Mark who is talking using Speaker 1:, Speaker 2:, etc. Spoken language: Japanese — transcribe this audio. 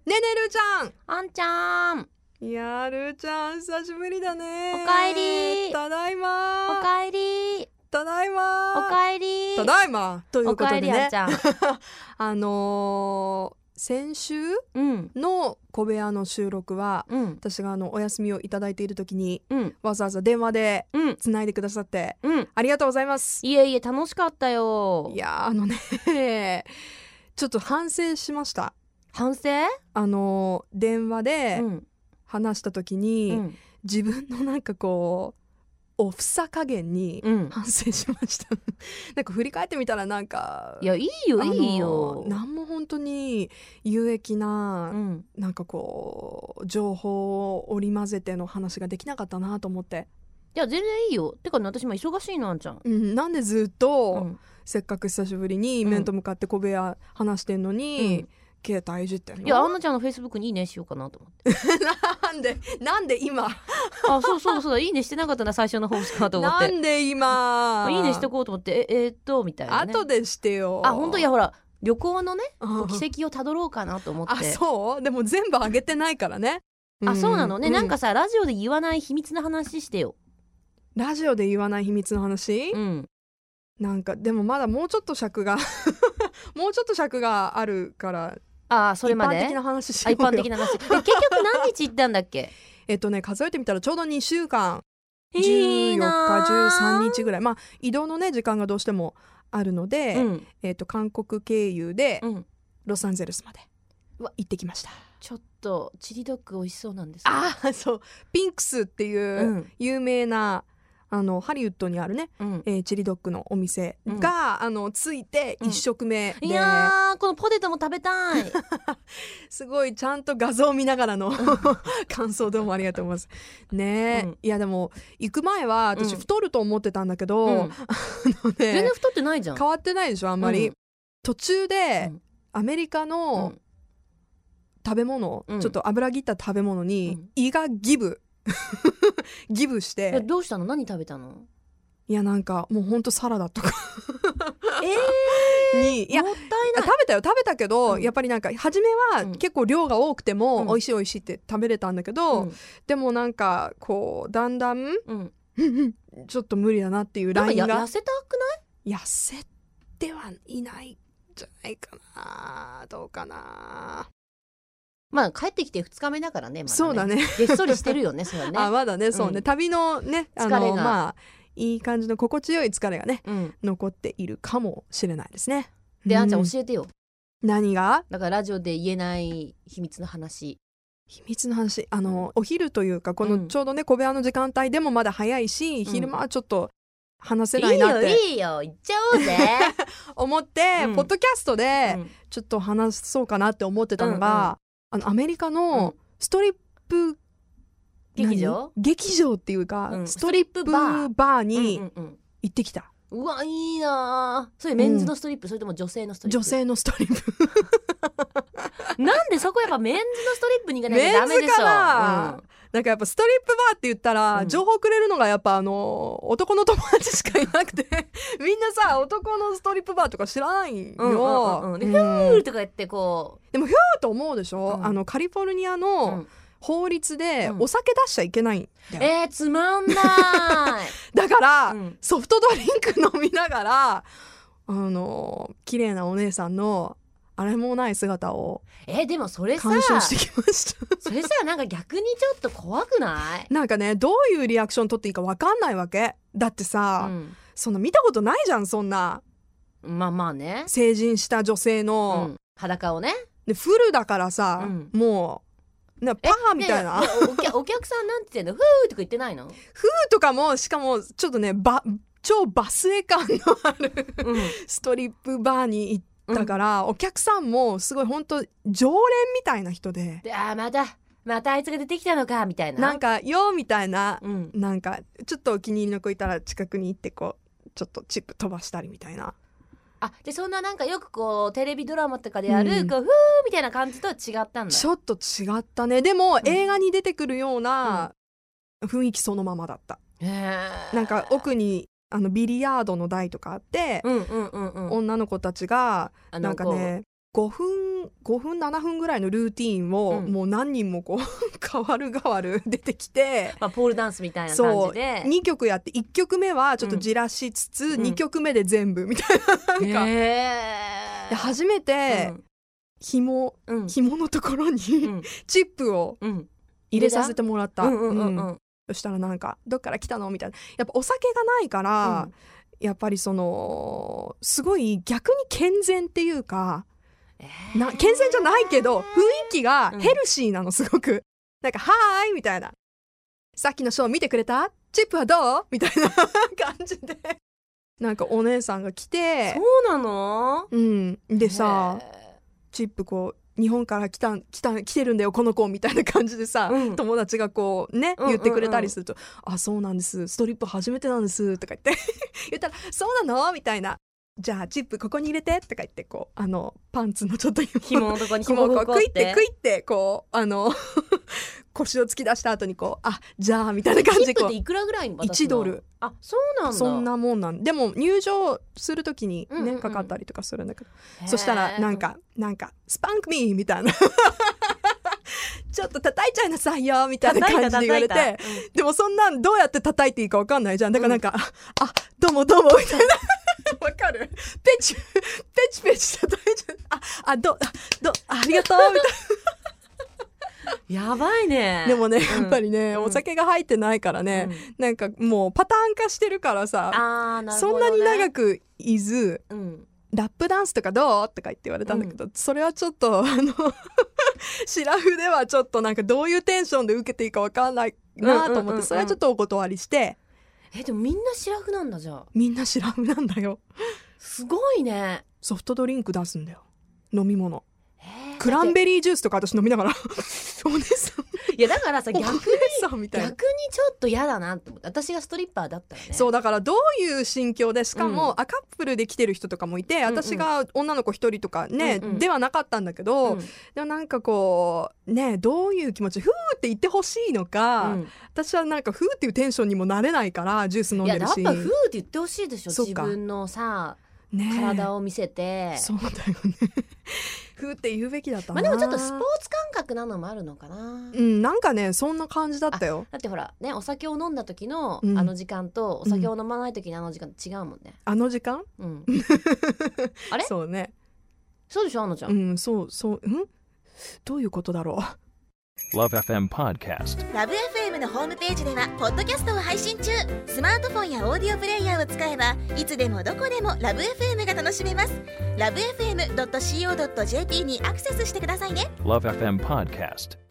Speaker 1: ねねるーちゃん。
Speaker 2: あんちゃん、
Speaker 1: いやー、るーちゃん久しぶりだね。
Speaker 2: おかえり。
Speaker 1: ただいま。
Speaker 2: おかえり。
Speaker 1: ただいま。
Speaker 2: おかえり。
Speaker 1: ただいまということでね、
Speaker 2: おかえりあんちゃん
Speaker 1: 先週
Speaker 2: うん
Speaker 1: の小部屋の収録は、
Speaker 2: うん
Speaker 1: 私がお休みをいただいている時に
Speaker 2: うん
Speaker 1: わざわざ電話で
Speaker 2: うん
Speaker 1: つないでくださって
Speaker 2: うん
Speaker 1: ありがとうございます。
Speaker 2: いえいえ、楽しかったよ。
Speaker 1: いやーちょっと反省しました。
Speaker 2: 反省？
Speaker 1: 電話で
Speaker 2: うん
Speaker 1: 話した時に、
Speaker 2: うん
Speaker 1: 自分のなんかこうおふさ加減に
Speaker 2: うん
Speaker 1: 反省しましたなんか振り返ってみたらなんか
Speaker 2: いや、いいよいいよ。
Speaker 1: なんも本当に有益な、
Speaker 2: うん
Speaker 1: なんかこう情報を織り交ぜての話ができなかったなと思って、
Speaker 2: いや、全然いいよ。てかね、私も忙しいの、あんちゃん。
Speaker 1: なんでずっと、
Speaker 2: うん
Speaker 1: せっかく久しぶりに面と向かって小部屋話してんのに、携帯いじってんの。
Speaker 2: いや、あんなちゃんのフェイスブックにいいねしようかなと思って
Speaker 1: なんで今
Speaker 2: あ、そういいねしてなかったな、最初の方しかと思って
Speaker 1: なんで今
Speaker 2: いいねしとこうと思って、みたいなね。
Speaker 1: 後でしてよ。
Speaker 2: あ、本当？いや、ほら旅行のね
Speaker 1: うん
Speaker 2: 軌跡をたどろうかなと思って。
Speaker 1: あ、そうでも全部上げてないからね。
Speaker 2: あ、そうなのね、
Speaker 1: う
Speaker 2: なんかさ、ラジオで言わない秘密の話してよ。
Speaker 1: ラジオで言わない秘密の話、
Speaker 2: うん
Speaker 1: なんかでもまだもうちょっと尺がもうちょっと尺があるから
Speaker 2: あ、それまで
Speaker 1: 一般的な話し
Speaker 2: あ、
Speaker 1: ようよ。
Speaker 2: 一般的な話結局何日行ったんだっけ？
Speaker 1: 数えてみたらちょうど2週間14
Speaker 2: いいな
Speaker 1: 日
Speaker 2: ー
Speaker 1: 13日ぐらい、まあ移動のね時間がどうしてもあるので、
Speaker 2: うん
Speaker 1: 韓国経由で
Speaker 2: うん
Speaker 1: ロサンゼルスまで
Speaker 2: うわ
Speaker 1: 行ってきました。
Speaker 2: ちょっとチリドッグ美味しそうなんです
Speaker 1: そうピンクスっていううん有名なハリウッドにあるね、
Speaker 2: うん
Speaker 1: チリドッグのお店が、ついて1食目で、
Speaker 2: いやー、このポテトも食べたい
Speaker 1: すごいちゃんと画像を見ながらの感想どうもありがとうございますね、いやでも行く前は私太ると思ってたんだけど、
Speaker 2: うん全然太ってないじゃん。
Speaker 1: 変わってないでしょあんまり、
Speaker 2: うん
Speaker 1: 途中で、
Speaker 2: うん
Speaker 1: アメリカの
Speaker 2: うん
Speaker 1: 食べ物、
Speaker 2: うん
Speaker 1: ちょっと油切った食べ物に、胃がギブギブし
Speaker 2: え、
Speaker 1: て、
Speaker 2: どうしたの？何食べたの？
Speaker 1: いやなんかもうほんとサラダとかに、いや
Speaker 2: もったいない。
Speaker 1: 食べたけど、
Speaker 2: うん
Speaker 1: やっぱりなんか初めは結構量が多くても、
Speaker 2: うん
Speaker 1: 美味しいって食べれたんだけど、でもなんかこうだんだんちょっと無理だなっていうラインが
Speaker 2: なんか痩せたくない？
Speaker 1: 痩せてはいないんじゃないかな。どうかな。
Speaker 2: まあ帰ってきて2日目だからね、まだね。
Speaker 1: そうだね
Speaker 2: げっそりしてるよね、それはね。
Speaker 1: あ、まだね、そうね、
Speaker 2: うん
Speaker 1: 旅のね
Speaker 2: 疲れが
Speaker 1: まあいい感じの心地よい疲れがね
Speaker 2: うん。
Speaker 1: 残っているかもしれないですね。
Speaker 2: で、あんちゃん
Speaker 1: う
Speaker 2: 教えてよ。
Speaker 1: 何が
Speaker 2: だからラジオで言えない秘密の話。
Speaker 1: 秘密の話、お昼というかこ
Speaker 2: うん
Speaker 1: のちょうどね小部屋の時間帯でもまだ早いし、
Speaker 2: ん
Speaker 1: 昼間はちょっと話せ
Speaker 2: い
Speaker 1: ないいなって
Speaker 2: よいいよ、言っちゃおうぜ。
Speaker 1: 思って、
Speaker 2: うん
Speaker 1: ポッドキャストで
Speaker 2: うん
Speaker 1: ちょっと話そうかなって思ってたのが、アメリカのストリップ、
Speaker 2: 劇場
Speaker 1: 劇場っていうか、
Speaker 2: うん
Speaker 1: ストリップバーに行ってきた、
Speaker 2: うわ、いいなぁ。それメンズのストリップ、それとも女性のストリップ？
Speaker 1: 女性のストリップ
Speaker 2: なんでそこやっぱメンズのストリップに行かなきゃダメでしょ。
Speaker 1: メンズかななんかやっぱストリップバーって言ったら、
Speaker 2: うん
Speaker 1: 情報くれるのがやっぱ男の友達しかいなくてみんなさ男のストリップバーとか知らないよ、
Speaker 2: で、ヒューとか言ってこ
Speaker 1: でもヒューと思うでしょ、
Speaker 2: うん
Speaker 1: カリフォルニア
Speaker 2: う、
Speaker 1: の法律で
Speaker 2: うん
Speaker 1: お酒出しちゃいけないんだよ、
Speaker 2: つまんない。
Speaker 1: だから、
Speaker 2: うん
Speaker 1: ソフトドリンク飲みながら綺麗なお姉さんのあれもない姿を
Speaker 2: でもそれさ、
Speaker 1: 鑑賞してきました
Speaker 2: それさ、なんか逆にちょっと怖くない？
Speaker 1: なんかねどういうリアクション取っていいか分かんないわけだってさ、
Speaker 2: うん
Speaker 1: そんな見たことないじゃんそんな
Speaker 2: まあまあね。
Speaker 1: 成人した女性の、
Speaker 2: 裸をね。
Speaker 1: でフルだからさ、
Speaker 2: うん
Speaker 1: もうパーみたいな、
Speaker 2: ねお客さんなんて言ってんの？フーとか言ってないの？
Speaker 1: フーとかもしかもちょっとね超バスエ感のあるストリップバーに行ったから、お客さんもすごい本当常連みたいな人で、
Speaker 2: で、またあいつが出てきたのかみたいな。
Speaker 1: なんかよみたいな、
Speaker 2: うん
Speaker 1: なんかちょっとお気に入りの子いたら近くに行ってこうちょっとチップ飛ばしたりみたいな。
Speaker 2: で、そんななんかよくこうテレビドラマとかである、こうフーみたいな感じとは違ったんだ。
Speaker 1: ちょっと違ったね。でも、映画に出てくるような雰囲気そのままだった、なんか奥にビリヤードの台とかあって、女の子たちがなんかね 5分7分ぐらいのルーティーンを、もう何人もこう変わる出てきて、
Speaker 2: ポールダンスみたいな感じで
Speaker 1: 2曲やって1曲目はちょっとじらしつつ、2曲目で全部みたいな、なんか、で初めて、紐のところに、チップを入れさせてもらった。そしたらなんかどっから来たのみたいな。やっぱお酒がないから、やっぱりそのすごい逆に健全っていうか、健全じゃないけど雰囲気がヘルシーなの、すごく。なんかはーいみたいな、さっきのショー見てくれた？チップはどう？みたいな感じでなんかお姉さんが来て、
Speaker 2: そうなの？
Speaker 1: でさ、チップこう日本から来てるんだよこの子みたいな感じでさ、友達がこうね言ってくれたりすると、あ、そうなんです、ストリップ初めてなんですとか言って言ったら、そうなのみたいな、じゃあチップここに入れてとか言って、こうパンツのちょっと
Speaker 2: 紐のとこに
Speaker 1: 紐をこうクイってこう腰を突き出した後にこう、あ、じゃあみたいな感じでこう、
Speaker 2: チップっていくらぐらいに渡すの？
Speaker 1: 1ドル。
Speaker 2: あ、そうなんだ。
Speaker 1: そんなもんなんでも入場するときにね、かかったりとかするんだけど、そしたらなんかスパンクミーみたいなちょっと叩いちゃいなさいよみたいな感じで言われて、でもそんなんどうやって叩いていいか分かんないじゃん。だからなんか、あ、どうもどうもみたいなわかる？ペチ叩いちゃう。ありがとうみたいな
Speaker 2: やばいね。
Speaker 1: でもね、やっぱりね、お酒が入ってないからね、なんかもうパターン化してるからさ、そんなに長くいず、ラップダンスとかどうとか言って言われたんだけど、それはちょっとシラフではちょっとなんかどういうテンションで受けていいか分かんないなと思って、それはちょっとお断りして。
Speaker 2: でもみんなシラフなんだ。じゃあ
Speaker 1: みんなシラフなんだよ。
Speaker 2: すごいね。
Speaker 1: ソフトドリンク出すんだよ、飲み物。クランベリージュースとか私飲みながらお姉さん、
Speaker 2: いやだからさ、逆にちょっと嫌だなって思って、私がストリッパーだったらね。
Speaker 1: そうだからどういう心境で、しかも、カップルで来てる人とかもいて、私が女の子一人とかね、ではなかったんだけど、でもなんかこうね、どういう気持ち、ふーって言ってほしいのか、私はなんかふーっていうテンションにもなれないからジュース飲んでるし。
Speaker 2: いややっぱふーって言ってほしいでしょ、自分のさ、体を見せて。
Speaker 1: そうだよねふーって言うべきだったな。
Speaker 2: でもちょっとスポーツ感覚なのもあるのかな。
Speaker 1: なんかね、そんな感じだったよ。
Speaker 2: だってほらね、お酒を飲んだ時のあの時間と、お酒を飲まない時のあの時間違うもんね。
Speaker 1: あの時間？
Speaker 2: あれ？
Speaker 1: そうね。
Speaker 2: そうでしょ、あのちゃん。
Speaker 1: そうどういうことだろう。
Speaker 3: LoveFM Podcast。
Speaker 4: LoveFM のホームページではポッドキャストを配信中。スマートフォンやオーディオプレイヤーを使えばいつでもどこでも LoveFM が楽しめます。 LoveFM.co.jp にアクセスしてくださいね。
Speaker 3: LoveFM Podcast。